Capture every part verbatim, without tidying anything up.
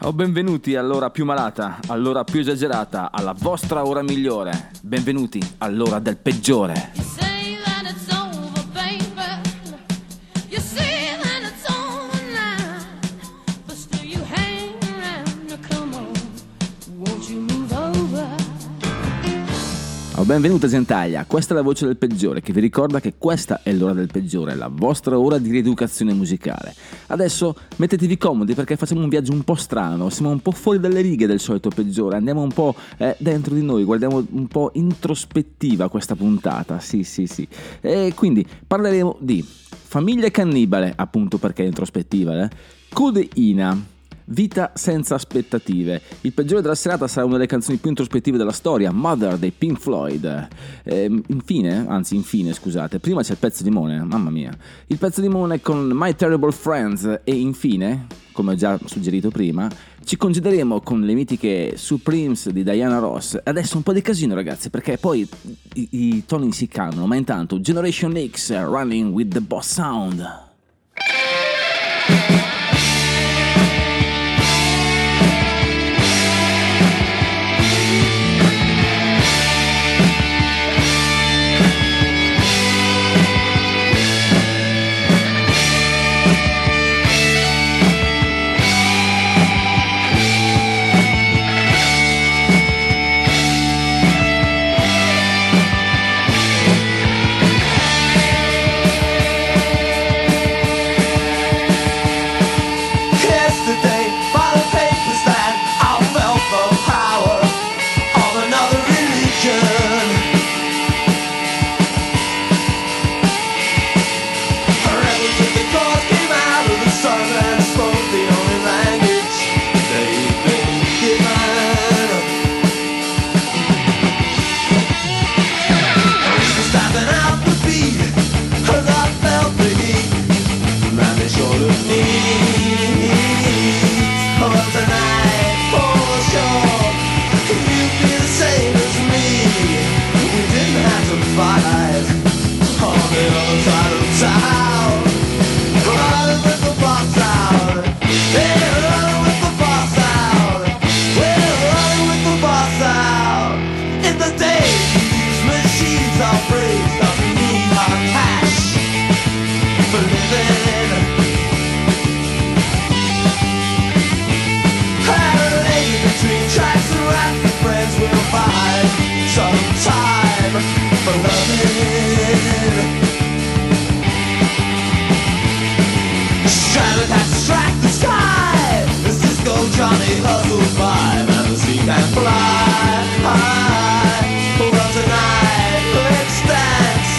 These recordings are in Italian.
Oh, benvenuti all'ora più malata, all'ora più esagerata, alla vostra ora migliore. Benvenuti all'ora del peggiore. Oh, benvenuta Gentaglia, questa è la voce del peggiore che vi ricorda che questa è l'ora del peggiore, la vostra ora di rieducazione musicale. Adesso mettetevi comodi perché facciamo un viaggio un po' strano, siamo un po' fuori dalle righe del solito peggiore, andiamo un po' eh, dentro di noi, guardiamo un po' introspettiva questa puntata, sì sì sì. E quindi parleremo di famiglia cannibale, appunto perché è introspettiva, eh? Codeina. Vita senza aspettative. Il peggiore della serata sarà una delle canzoni più introspettive della storia, Mother dei Pink Floyd. E, infine, anzi infine scusate, prima c'è il pezzo di Mone, mamma mia. Il pezzo di Mone con My Terrible Friends e infine, come ho già suggerito prima, ci congederemo con le mitiche Supremes di Diana Ross. Adesso un po' di casino ragazzi, perché poi i, i toni si calmano, ma intanto Generation X, Running with the Boss Sound. Fly high, well tonight, let's dance.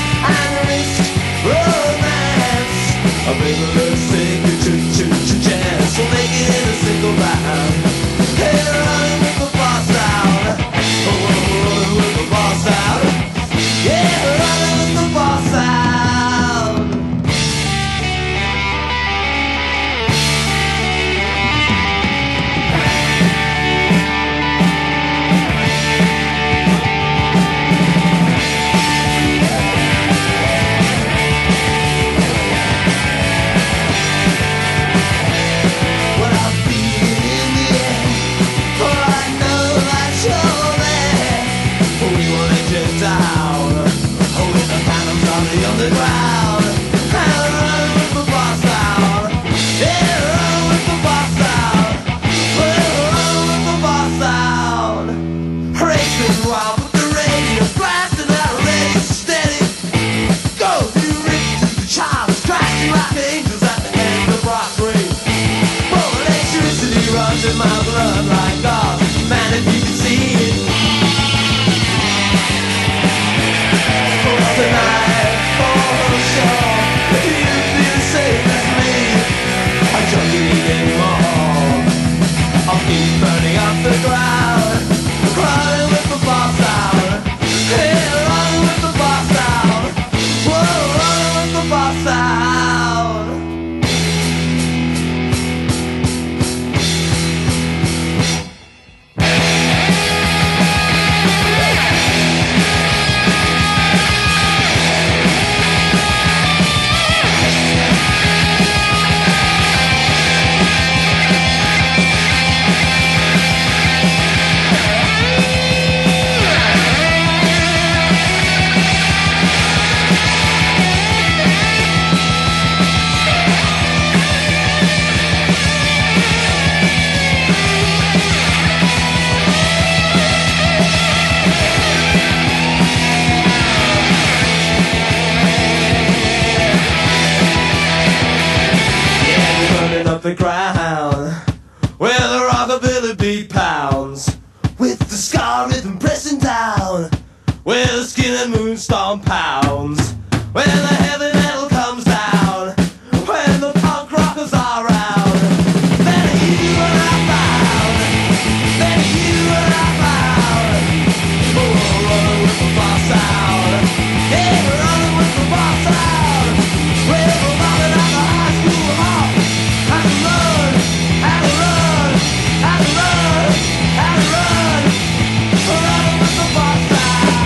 stone pounds. When the heavy metal comes down, when the punk rockers are around, then you and I found, then you and I found, oh, running with the boss sound, yeah, running with the boss sound. Well, we're running out the high school hall, how to run, how to run, how to run, how to run, we're running with the boss sound.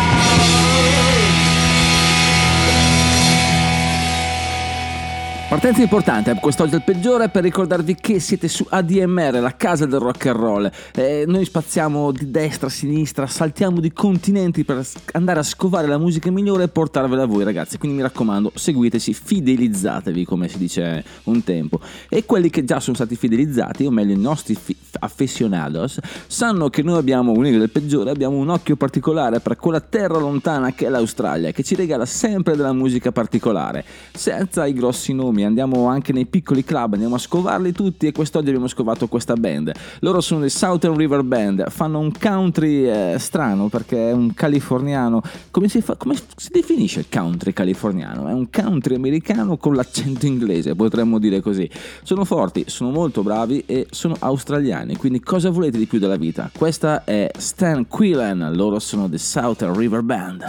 Partenza importante quest'oggi il peggiore per ricordarvi che siete su A D M R, la casa del rock and roll. Eh, noi spaziamo di destra a sinistra, saltiamo di continenti per andare a scovare la musica migliore e portarvela a voi, ragazzi. Quindi mi raccomando, seguiteci, fidelizzatevi, come si dice un tempo. E quelli che già sono stati fidelizzati, o meglio i nostri fi- aficionados, sanno che noi abbiamo un del peggiore, abbiamo un occhio particolare per quella terra lontana che è l'Australia, che ci regala sempre della musica particolare, senza i grossi nomi. Andiamo anche nei piccoli club, andiamo a scovarli tutti, e quest'oggi abbiamo scovato questa band. Loro sono dei Southern River Band, fanno un country eh, strano, perché è un californiano. Come si fa, come si definisce il country californiano? È un country americano con l'accento inglese, potremmo dire così. Sono forti, sono molto bravi e sono australiani, quindi cosa volete di più dalla vita? Questa è Stan Quillen, loro sono dei Southern River Band.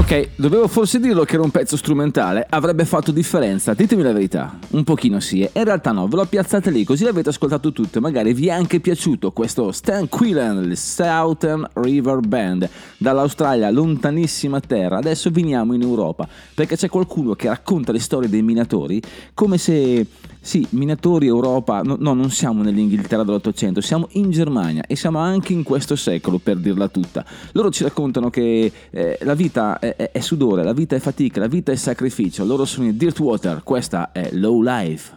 Ok, dovevo forse dirlo che era un pezzo strumentale, avrebbe fatto differenza, ditemi la verità. Un pochino sì, e in realtà no, ve l'ho piazzate lì, così l'avete ascoltato tutto e magari vi è anche piaciuto questo Stan Quillen, il Southern River Band, dall'Australia, lontanissima terra. Adesso veniamo in Europa, perché c'è qualcuno che racconta le storie dei minatori come se... Sì, minatori, Europa, no, no, non siamo nell'Inghilterra dell'Ottocento, siamo in Germania e siamo anche in questo secolo, per dirla tutta. Loro ci raccontano che eh, la vita è, è, è sudore, la vita è fatica, la vita è sacrificio. Loro sono i Dirtwater, questa è Low Life.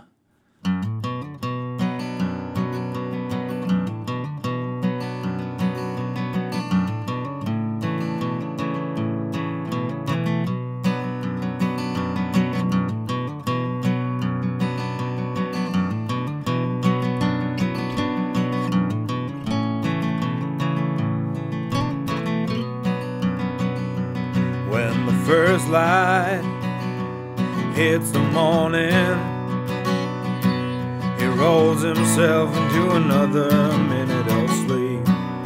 First light hits the morning, he rolls himself into another minute of sleep.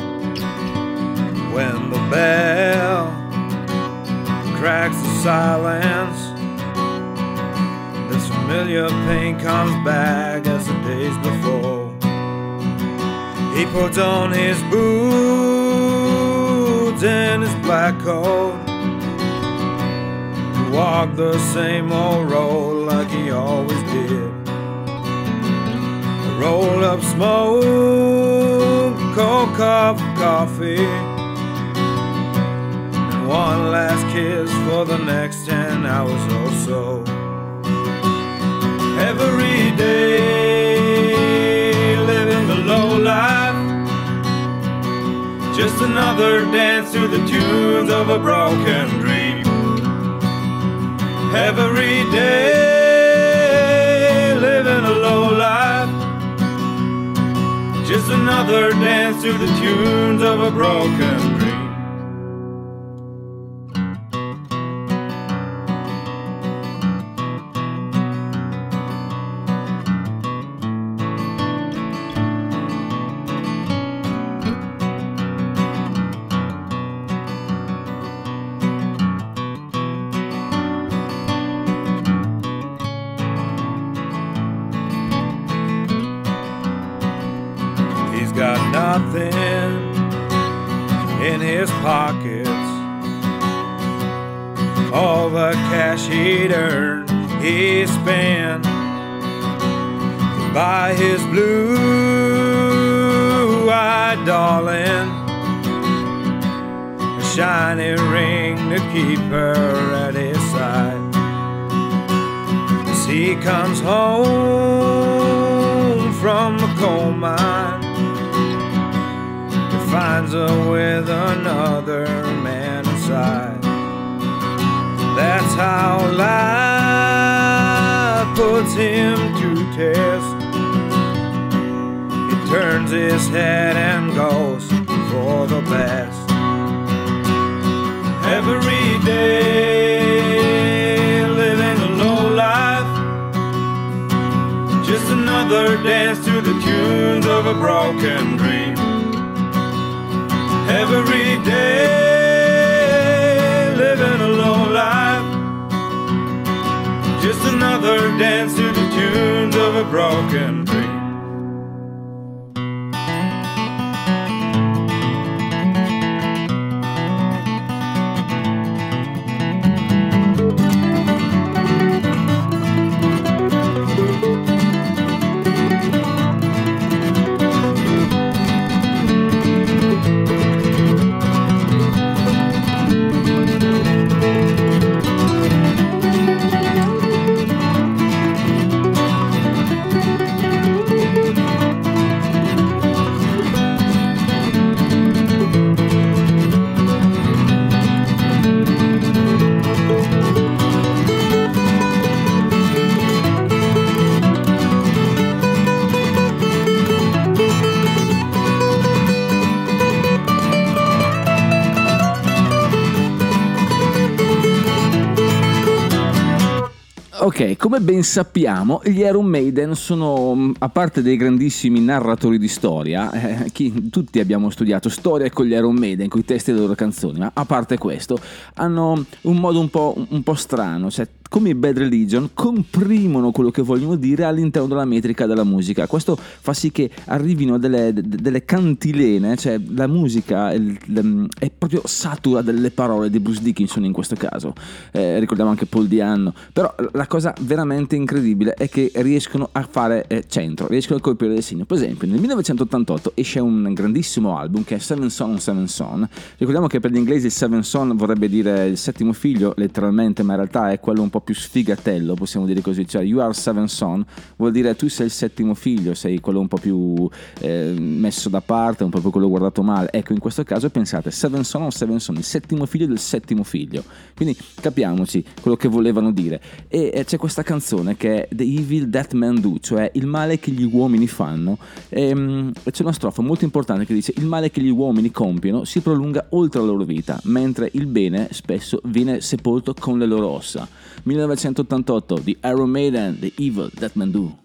When the bell cracks the silence, this familiar pain comes back as the days before. He puts on his boots and his black coat, walk the same old road like he always did. Roll up smoke, cold cup of coffee, and one last kiss for the next ten hours or so. Every day living the low life, just another dance to the tunes of a broken dream. Every day living a low life, just another dance to the tunes of a broken dream. Nothing in his pockets, all the cash he'd earned he spent to buy his blue-eyed darling a shiny ring to keep her at his side. As he comes home from the coal mine, finds her with another man inside. That's how life puts him to test. He turns his head and goes for the best. Every day living a low life, just another dance to the tunes of a broken dream. Every day living a low life, just another dance to the tunes of a broken dream. Ok, come ben sappiamo, gli Iron Maiden sono, a parte dei grandissimi narratori di storia, eh, chi, tutti abbiamo studiato storia con gli Iron Maiden, con i testi delle loro canzoni, ma a parte questo, hanno un modo un po', un po' strano, cioè come i Bad Religion comprimono quello che vogliono dire all'interno della metrica della musica. Questo fa sì che arrivino delle, delle cantilene, cioè la musica è, è proprio satura delle parole di Bruce Dickinson in questo caso, eh, ricordiamo anche Paul Di'Anno, però la cosa veramente incredibile è che riescono a fare eh, centro, riescono a colpire del segno. Per esempio nel millenovecentottantotto esce un grandissimo album che è Seven Son on Seven Son. Ricordiamo che per gli inglesi il Seven Son vorrebbe dire il settimo figlio letteralmente, ma in realtà è quello un po' più sfigatello, possiamo dire così, cioè you are seven son vuol dire tu sei il settimo figlio, sei quello un po' più eh, messo da parte, un po' più quello guardato male. Ecco, in questo caso pensate seven son o seven son, il settimo figlio del settimo figlio, quindi capiamoci quello che volevano dire. E, e c'è questa canzone che è The Evil That Men Do, cioè il male che gli uomini fanno, e, e c'è una strofa molto importante che dice: il male che gli uomini compiono si prolunga oltre la loro vita, mentre il bene spesso viene sepolto con le loro ossa. millenovecentottantotto, The Iron Maiden, The Evil That Men Do.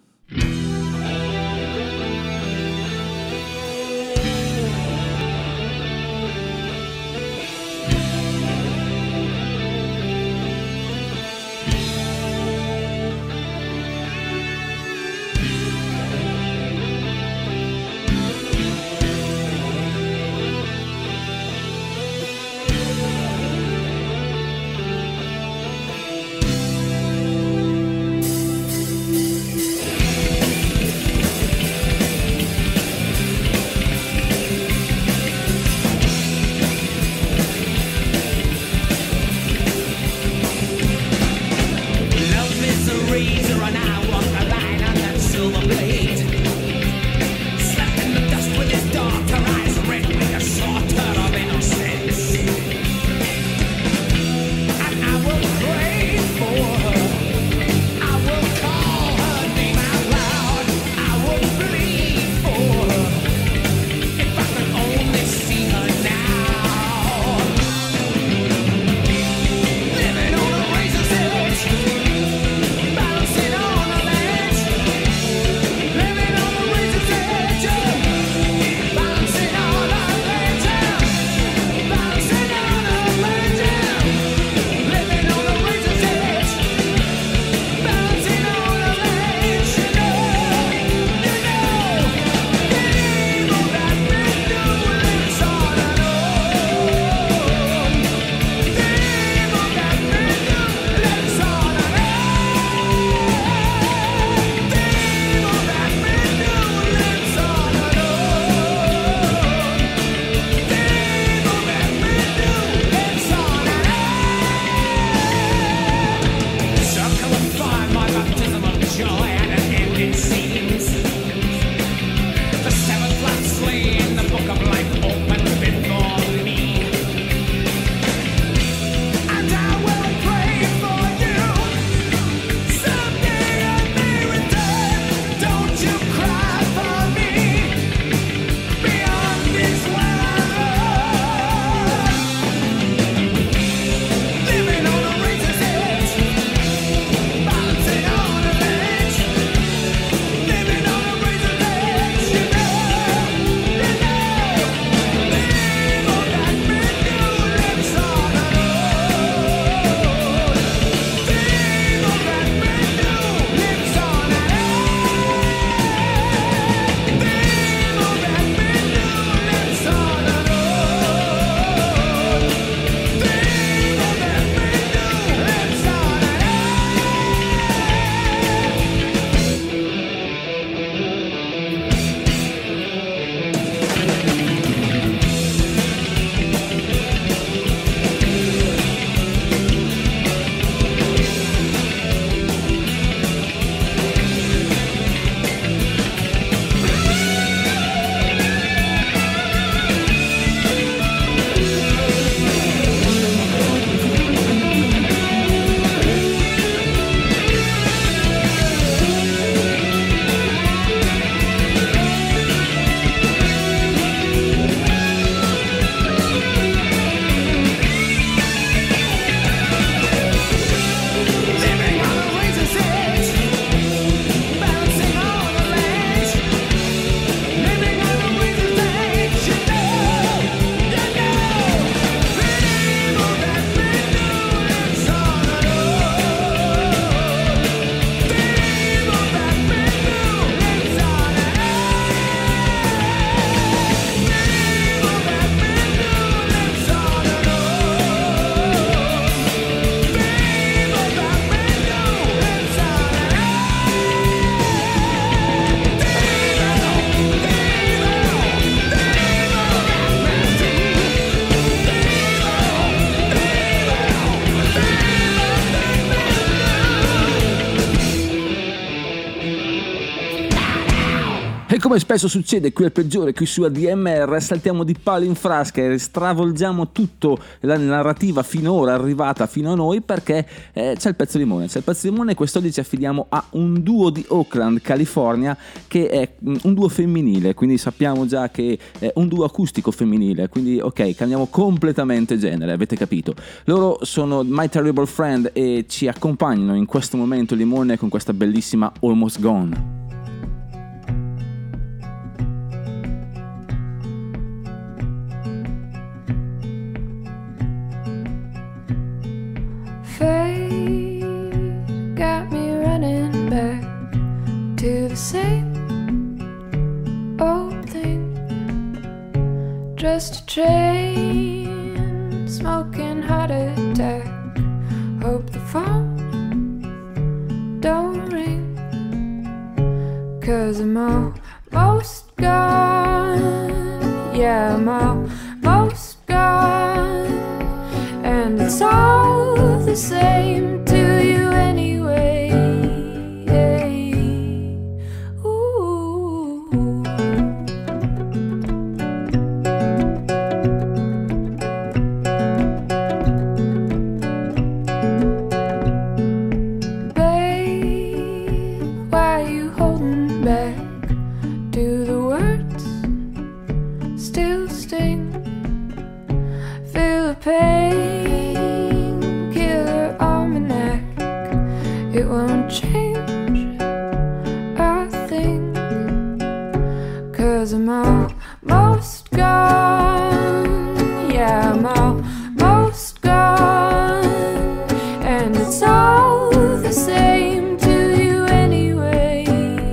come spesso succede qui al peggiore, qui su A D M R, saltiamo di palo in frasca e stravolgiamo tutto la narrativa finora arrivata fino a noi perché eh, c'è il pezzo limone. C'è il pezzo limone e quest'oggi ci affidiamo a un duo di Oakland, California, che è un duo femminile, quindi sappiamo già che è un duo acustico femminile, quindi ok, cambiamo completamente genere, avete capito. Loro sono My Terrible Friend e ci accompagnano in questo momento limone con questa bellissima Almost Gone. Fate got me running back to the same old thing. Just a train smoking heart attack. Hope the phone don't ring, 'cause I'm almost gone. Yeah, I'm almost gone, and it's all the same to you anyway. Ooh. Babe, why are you holding back? Do the words still sting? Feel the pain, it won't change a thing, 'cause I'm almost gone. Yeah, I'm almost gone, and it's all the same to you anyway.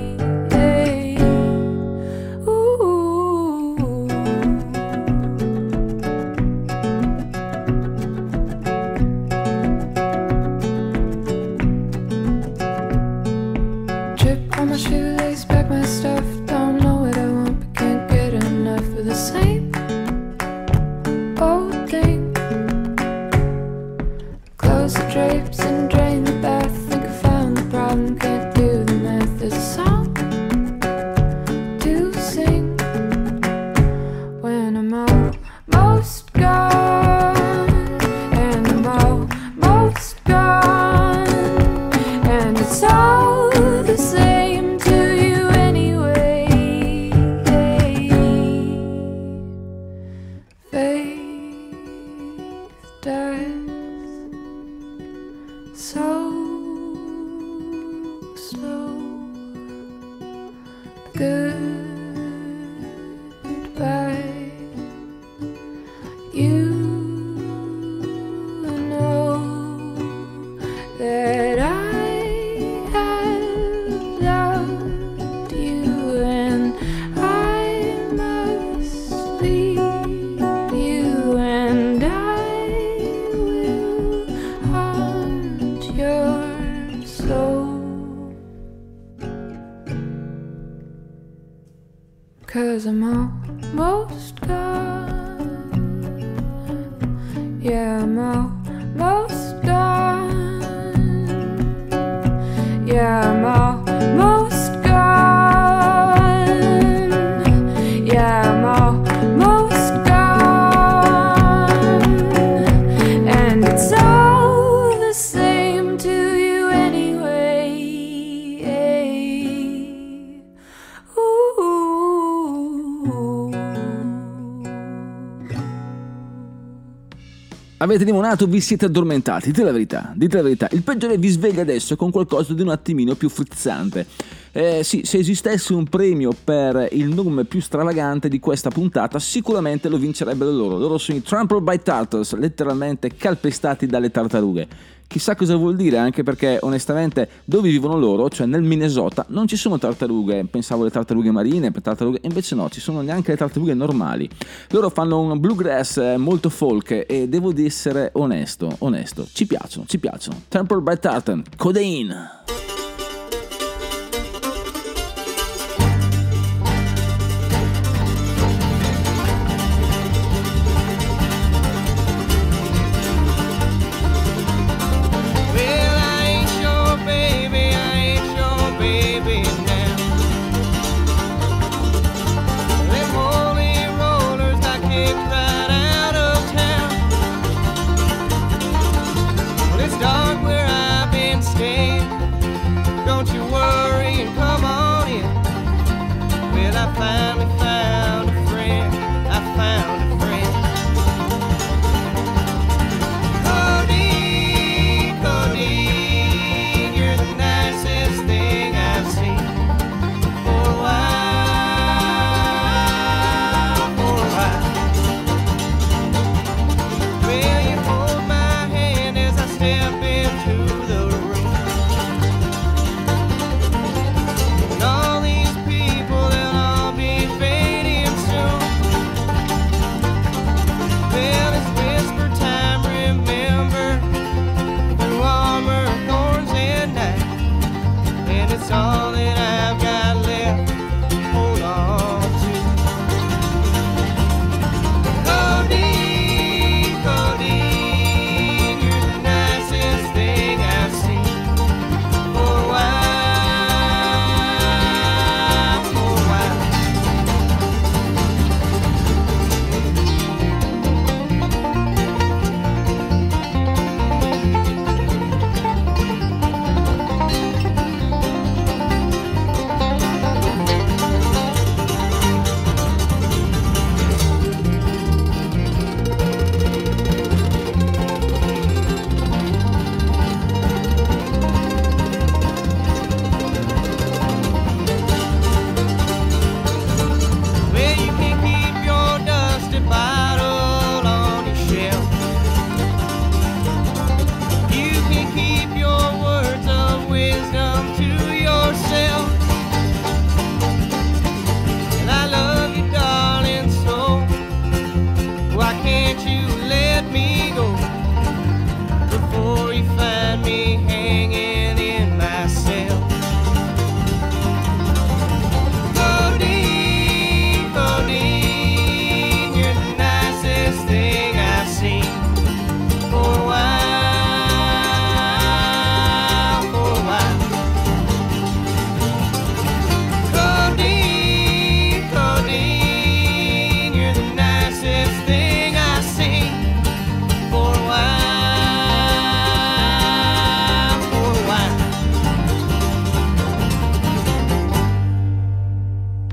Ooh. On my shoelace, pack my stuff. Don't know what I want, but can't get enough of the same old thing. Close the drapes and drain the bath. Think I found the problem, can't do the math. There's a song to sing when I'm almost gone, and I'm almost gone, and it's all the same. Cause I'm almost gone. Yeah, I'm almost gone. Yeah, I'm almost gone. Yeah, I'm almost gone. And it's all the same to you anyway. Ooh. Avete limonato, vi siete addormentati, dite la verità, dite la verità. Il peggiore vi sveglia adesso con qualcosa di un attimino più frizzante. Eh, sì, se esistesse un premio per il nome più stravagante di questa puntata, sicuramente lo vincerebbero loro. Loro sono i Trampled by Turtles, letteralmente calpestati dalle tartarughe. Chissà cosa vuol dire, anche perché onestamente dove vivono loro, cioè nel Minnesota, non ci sono tartarughe. Pensavo le tartarughe marine, per tartarughe, invece no, ci sono neanche le tartarughe normali. Loro fanno un bluegrass molto folk e devo essere onesto, onesto, ci piacciono, ci piacciono. Trampled by Turtles, Codeine.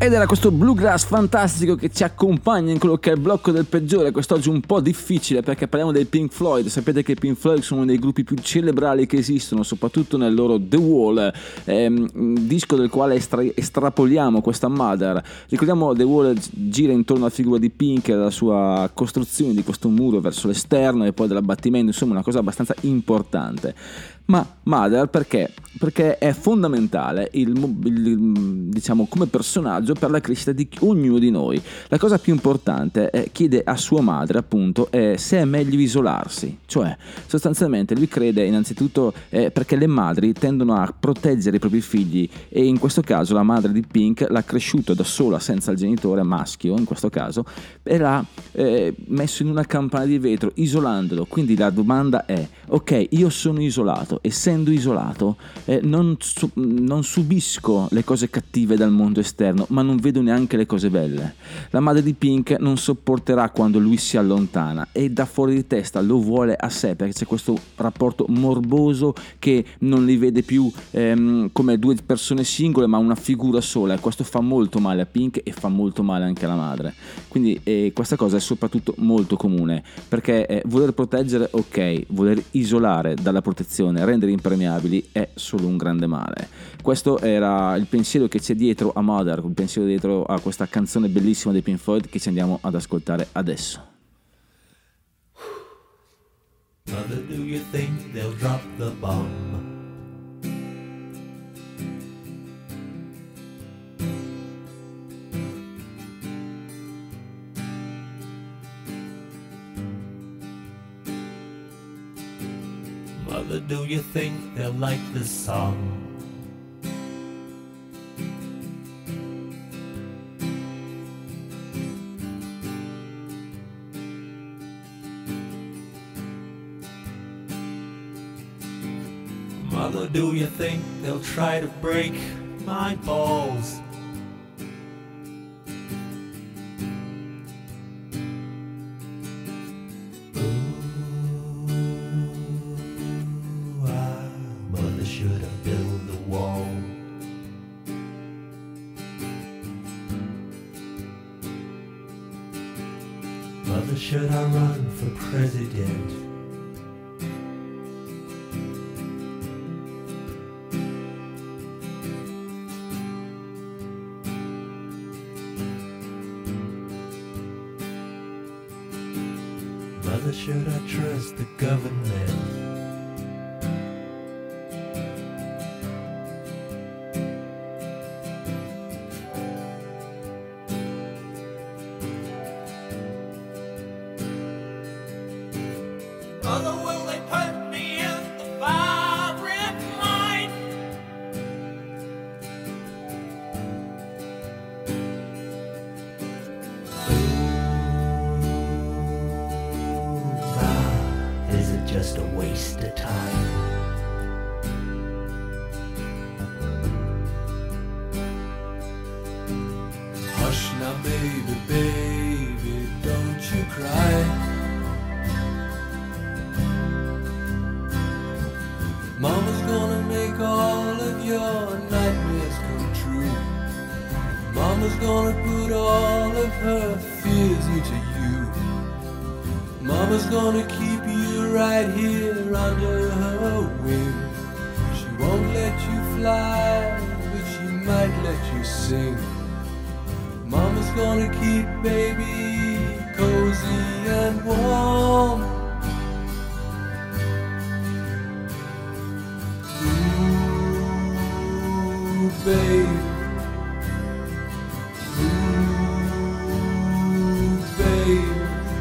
Ed era questo bluegrass fantastico che ci accompagna in quello che è il blocco del peggiore, quest'oggi un po' difficile perché parliamo dei Pink Floyd. Sapete che i Pink Floyd sono uno dei gruppi più cerebrali che esistono, soprattutto nel loro The Wall, ehm, disco del quale estra- estrapoliamo questa Mother. Ricordiamo The Wall gira intorno alla figura di Pink e alla sua costruzione di questo muro verso l'esterno e poi dell'abbattimento, insomma una cosa abbastanza importante. Ma Mother perché? Perché è fondamentale il, il, diciamo come personaggio per la crescita di ognuno di noi. La cosa più importante è chiede a sua madre appunto è se è meglio isolarsi, cioè sostanzialmente lui crede innanzitutto eh, perché le madri tendono a proteggere i propri figli e in questo caso la madre di Pink l'ha cresciuto da sola senza il genitore maschio in questo caso e l'ha eh, messo in una campana di vetro isolandolo. Quindi la domanda è ok, io sono isolato, essendo isolato eh, non, su- non subisco le cose cattive dal mondo esterno, ma non vedo neanche le cose belle. La madre di Pink non sopporterà quando lui si allontana e da fuori di testa lo vuole a sé perché c'è questo rapporto morboso che non li vede più ehm, come due persone singole ma una figura sola, e questo fa molto male a Pink e fa molto male anche alla madre. Quindi eh, questa cosa è soprattutto molto comune perché eh, voler proteggere ok, voler isolare dalla protezione, rendere impermeabili è solo un grande male. Questo era il pensiero che c'è dietro a Mother, il pensiero dietro a questa canzone bellissima dei Pink Floyd che ci andiamo ad ascoltare adesso. Mother, do you think they'll drop the bomb? Mother, do you think they'll like this song? Mother, do you think they'll try to break my balls? Mother, should I run for president? Mother, should I trust the government? Mother, will they put me in the firing line? Ah, is it just a waste of time? Hush now, baby, baby, don't you cry. Mama's gonna make all of your nightmares come true. Mama's gonna put all of her fears into you. Mama's gonna keep you right here under her wing. She won't let you fly, but she might let you sing. Mama's gonna keep baby cozy and warm. Babe, ooh, babe,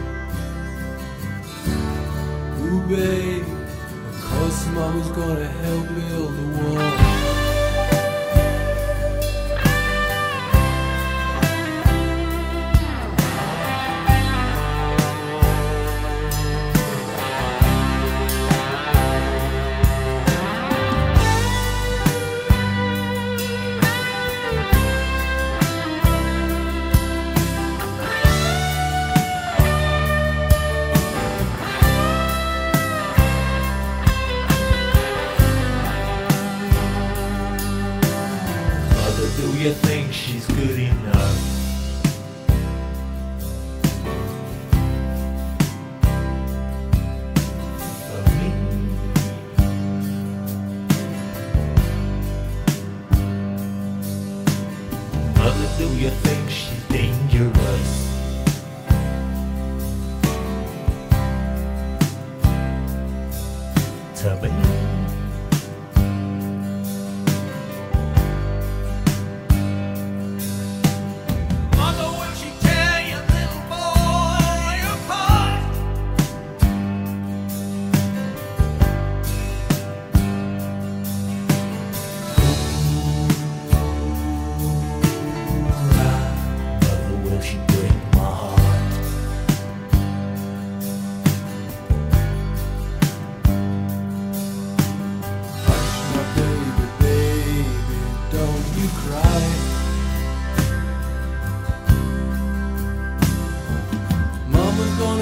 ooh, babe, of course Mama's gonna help build the wall.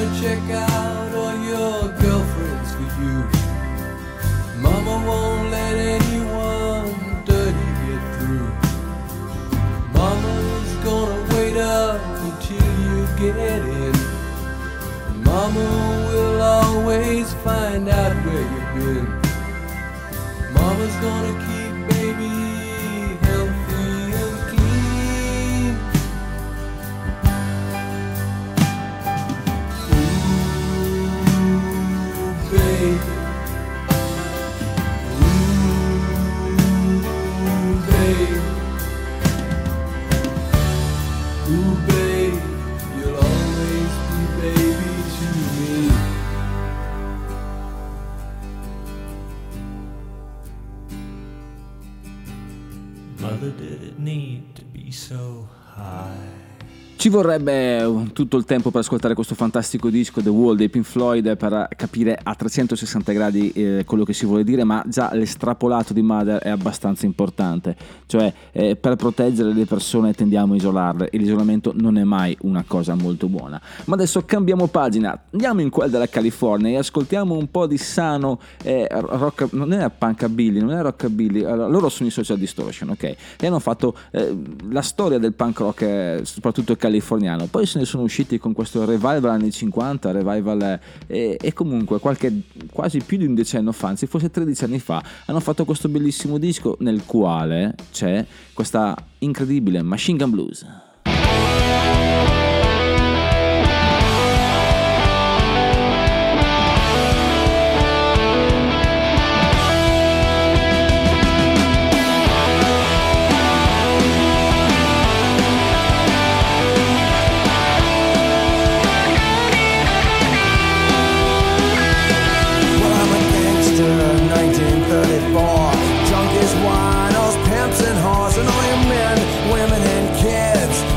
gonna check out all your girlfriends for you. Mama won't let anyone dirty get through. Mama's gonna wait up until you get in. Mama will always find out where you've been. Mama's gonna keep baby healthy and clean. Ooh, baby. Ooh, baby. Ooh, baby, you'll always be baby to me. Mother, did it need to be so high? Ci vorrebbe tutto il tempo per ascoltare questo fantastico disco The Wall dei Pink Floyd per capire a trecentosessanta gradi eh, quello che si vuole dire, ma già l'estrapolato di Mother è abbastanza importante, cioè eh, per proteggere le persone tendiamo a isolarle e l'isolamento non è mai una cosa molto buona. Ma adesso cambiamo pagina, andiamo in quel della California e ascoltiamo un po' di sano eh, rock, non è punkabilly, non è rockabilly, allora, loro sono i Social Distortion, ok? E hanno fatto eh, la storia del punk rock eh, soprattutto californiano. Poi se ne sono usciti con questo revival anni cinquanta, revival e, e comunque qualche quasi più di un decennio fa, anzi forse tredici anni fa, hanno fatto questo bellissimo disco nel quale c'è questa incredibile Machine Gun Blues. nineteen thirty-four, junk is wine, us pimps and whores, and all your men, women and kids.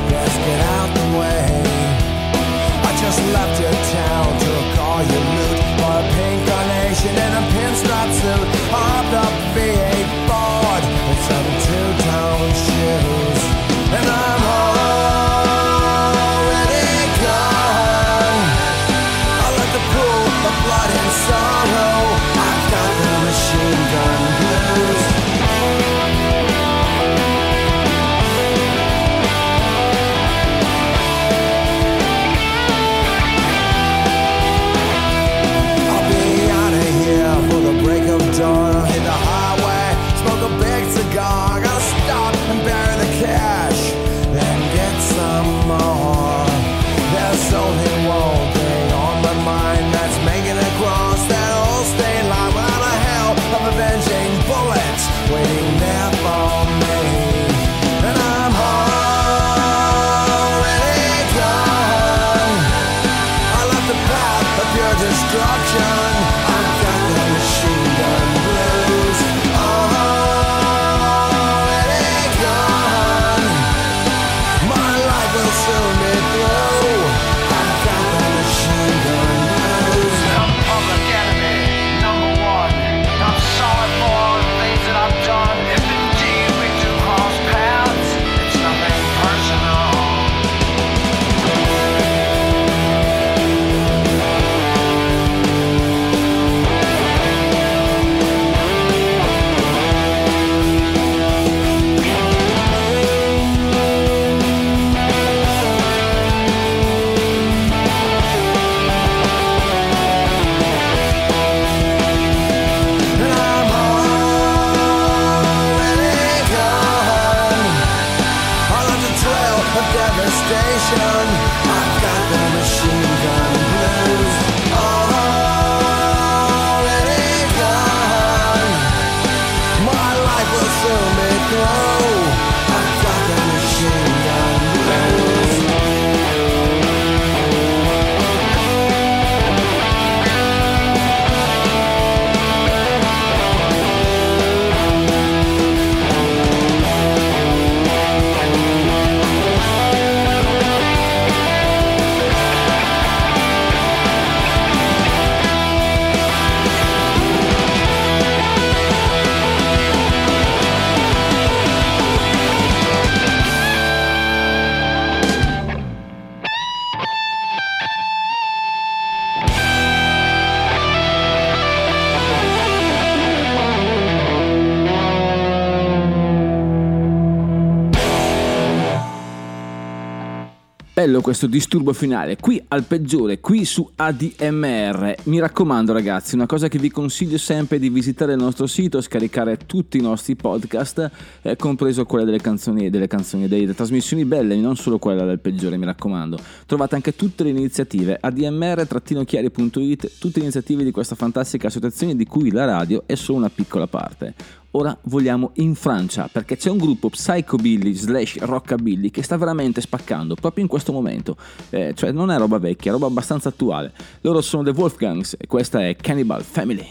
bello questo disturbo finale, qui al peggiore, qui su A D M R. Mi raccomando ragazzi, una cosa che vi consiglio sempre è di visitare il nostro sito, scaricare tutti i nostri podcast, eh, compreso quelle delle canzoni, delle canzoni, delle trasmissioni belle, non solo quella del peggiore, mi raccomando. Trovate anche tutte le iniziative a d m r chiari punto i t, tutte le iniziative di questa fantastica associazione di cui la radio è solo una piccola parte. Ora vogliamo in Francia, perché c'è un gruppo psychobilly slash rockabilly che sta veramente spaccando proprio in questo momento, eh, cioè non è roba vecchia, è roba abbastanza attuale. Loro sono The Wolfgangs e questa è Cannibal Family.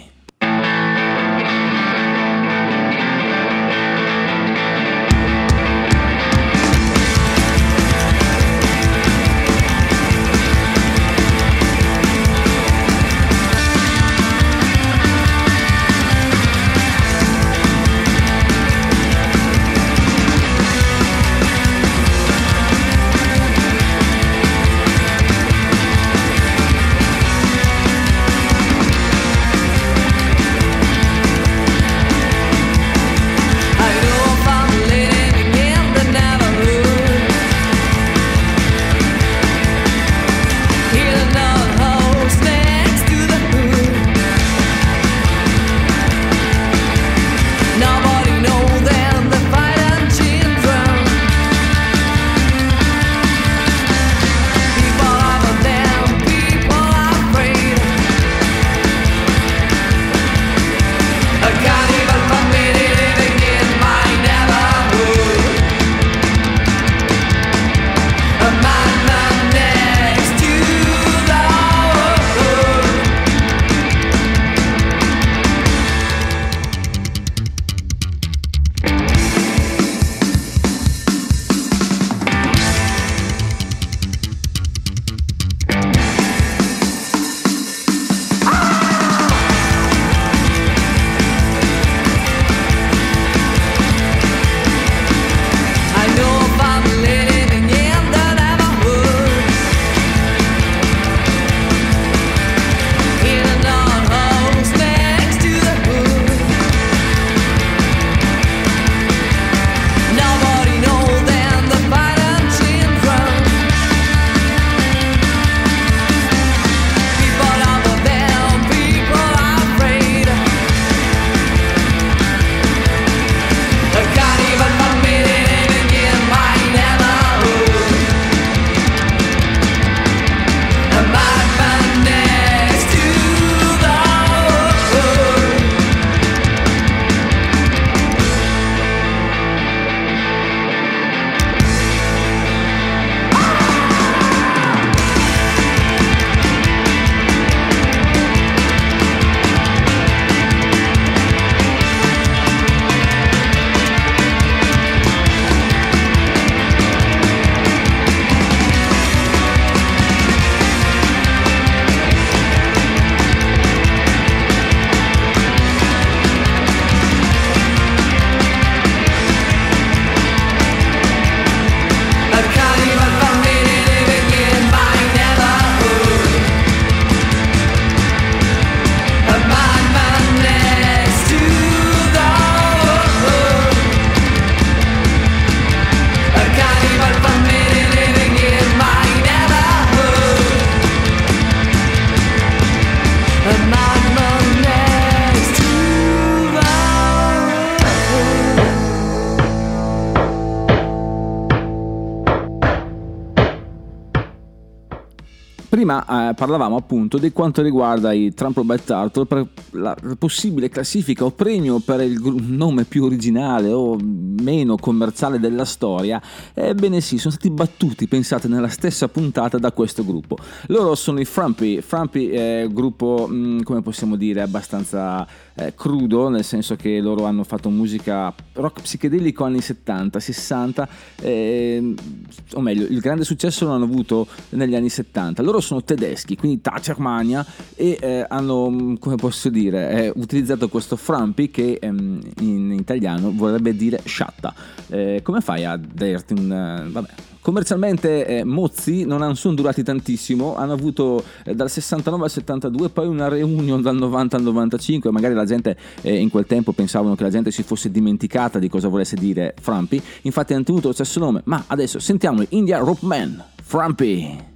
Prima eh, parlavamo appunto di quanto riguarda i Trumpet Arthur, per la possibile classifica o premio per il nome più originale o meno commerciale della storia. Ebbene sì, sono stati battuti, pensate, nella stessa puntata da questo gruppo. Loro sono i Frumpy. Frumpy è un gruppo, mh, come possiamo dire, abbastanza eh, crudo, nel senso che loro hanno fatto musica rock psichedelico anni settanta sessanta, eh, o meglio, il grande successo l'hanno avuto negli anni settanta. Loro sono tedeschi, quindi Tatchermania, e eh, hanno, come posso dire, eh, utilizzato questo Frumpy che ehm, in italiano vorrebbe dire sciatta. Eh, come fai a dirti un... Uh, vabbè. Commercialmente eh, mozzi non sono durati tantissimo, hanno avuto eh, dal sessantanove al settantadue, poi una reunion dal novanta al novantacinque, magari la gente eh, in quel tempo pensavano che la gente si fosse dimenticata di cosa volesse dire Frumpy, infatti hanno tenuto lo stesso nome, ma adesso sentiamo India Rope Man, Frumpy.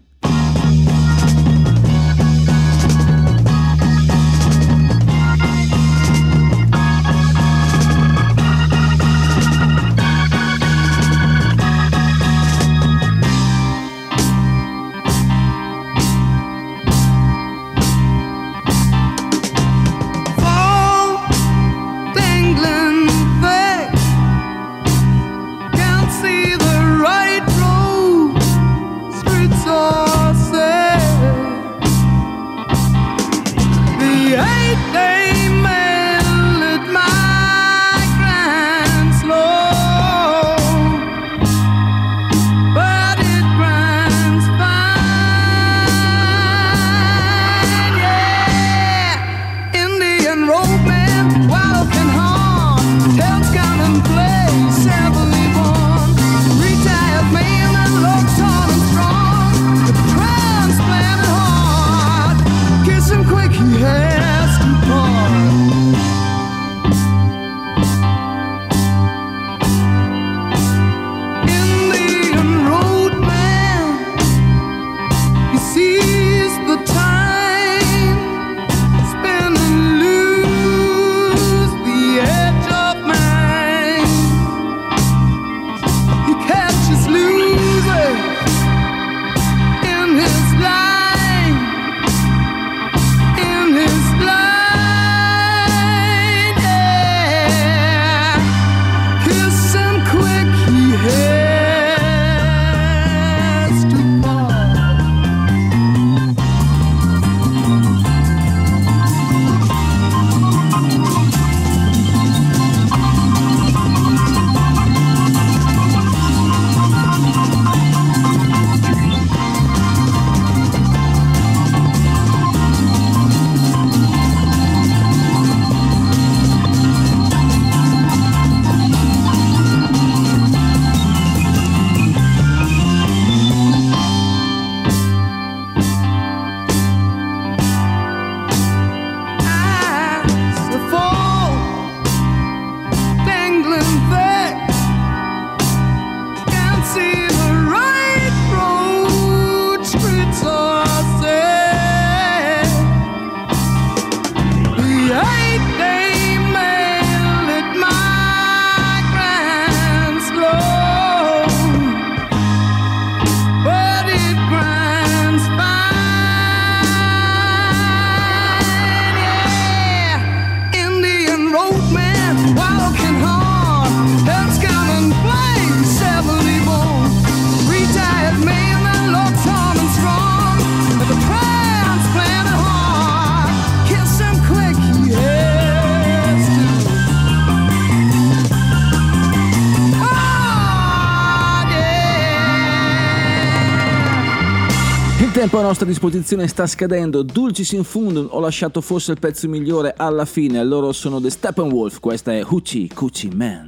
Il tempo a nostra disposizione sta scadendo. Dulcis in fundum, ho lasciato forse il pezzo migliore alla fine. Loro sono The Steppenwolf, questa è Hoochie Coochie Man.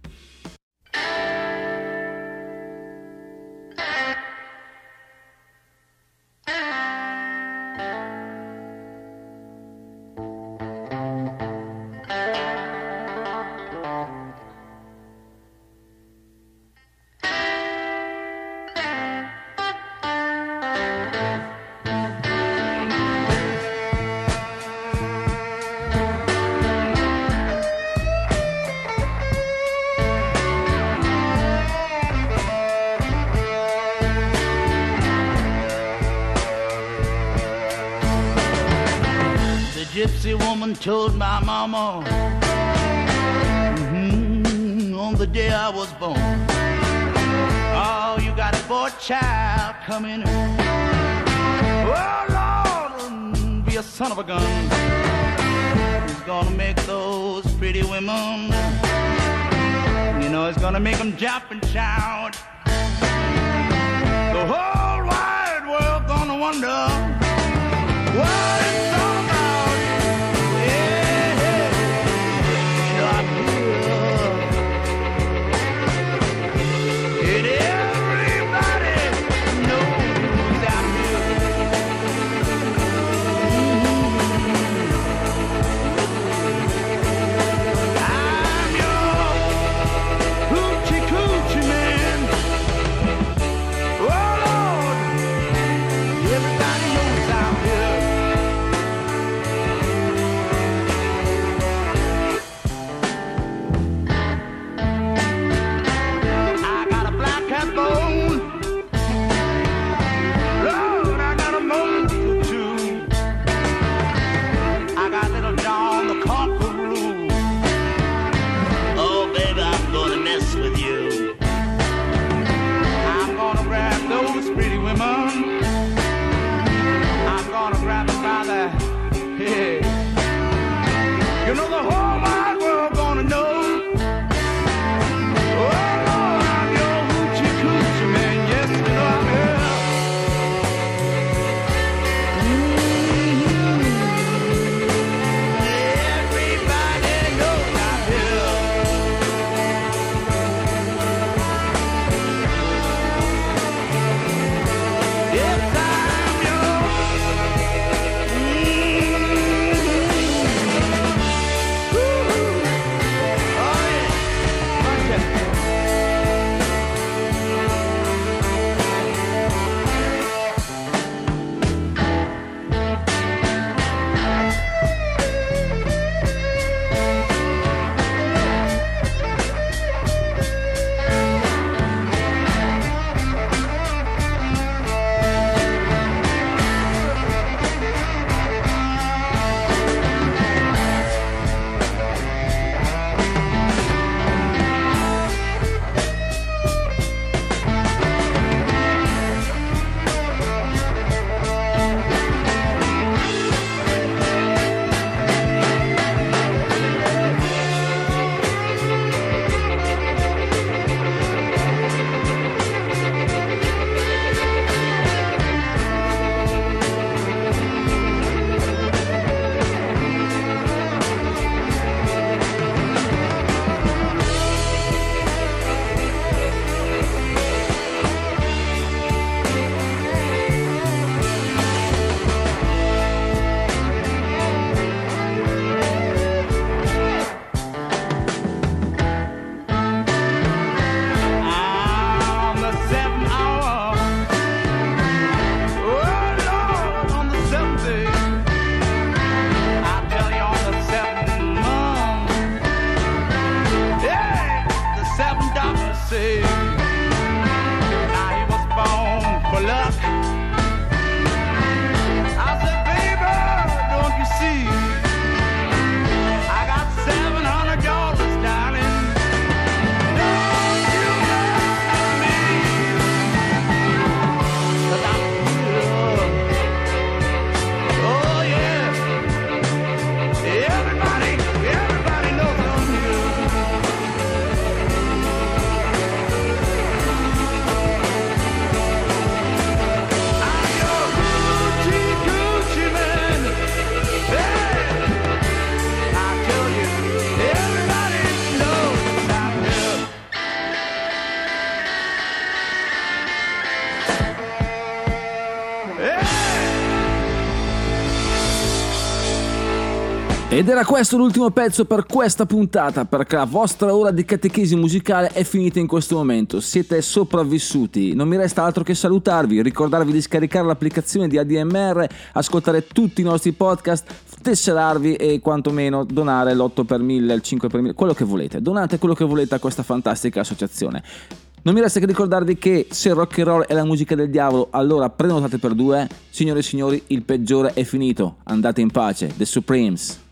Gypsy woman told my mama mm-hmm, on the day I was born, oh, you got a boy child coming. Oh, Lord, be a son of a gun. He's gonna make those pretty women, you know, he's gonna make them jump and shout. The whole wide world gonna wonder what it's all about. Lord, Ed era questo l'ultimo pezzo per questa puntata, perché la vostra ora di catechesi musicale è finita in questo momento. Siete sopravvissuti. Non mi resta altro che salutarvi, ricordarvi di scaricare l'applicazione di A D M R, ascoltare tutti i nostri podcast, tesserarvi e quantomeno donare l'otto per mille, il cinque per mille, quello che volete. Donate quello che volete a questa fantastica associazione. Non mi resta che ricordarvi che se il rock and roll è la musica del diavolo, allora prenotate per due. Signore e signori, il peggiore è finito. Andate in pace. The Supremes.